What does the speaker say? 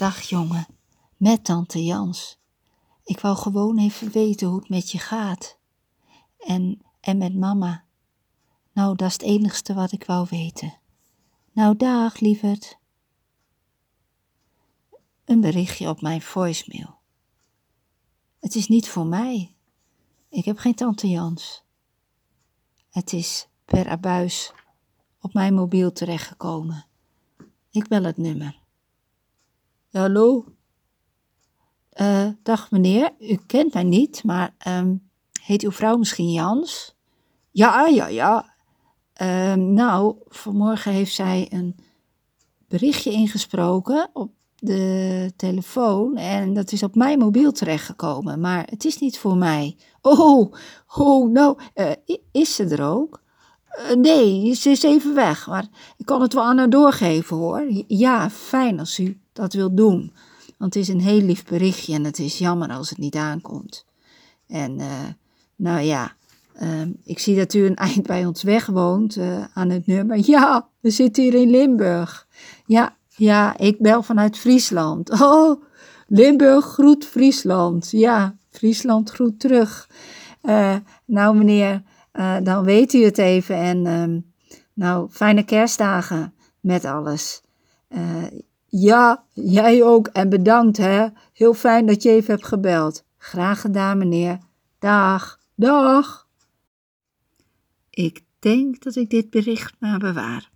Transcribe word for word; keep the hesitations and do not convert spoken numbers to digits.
Dag jongen, met tante Jans. Ik wou gewoon even weten hoe het met je gaat. En, en met mama. Nou, dat is het enigste wat ik wou weten. Nou, dag lieverd. Een berichtje op mijn voicemail. Het is niet voor mij. Ik heb geen tante Jans. Het is per abuis op mijn mobiel terechtgekomen. Ik bel het nummer. Hallo? Uh, dag meneer, u kent mij niet, maar um, heet uw vrouw misschien Jans? Ja, ja, ja. Uh, nou, vanmorgen heeft zij een berichtje ingesproken op de telefoon en dat is op mijn mobiel terechtgekomen, maar het is niet voor mij. Oh, oh, nou, uh, is ze er ook? Uh, nee, ze is even weg, maar ik kan het wel aan haar doorgeven hoor. Ja, fijn als u dat wilt doen. Want het is een heel lief berichtje en het is jammer als het niet aankomt. En uh, nou ja, uh, ik zie dat u een eind bij ons weg woont uh, aan het nummer. Ja, we zitten hier in Limburg. Ja, ja, ik bel vanuit Friesland. Oh, Limburg groet Friesland. Ja, Friesland groet terug. Uh, nou meneer, uh, dan weet u het even. En uh, nou, fijne kerstdagen met alles. Uh, Ja, jij ook en bedankt hè. Heel fijn dat je even hebt gebeld. Graag gedaan meneer. Dag, dag. Ik denk dat ik dit bericht maar bewaar.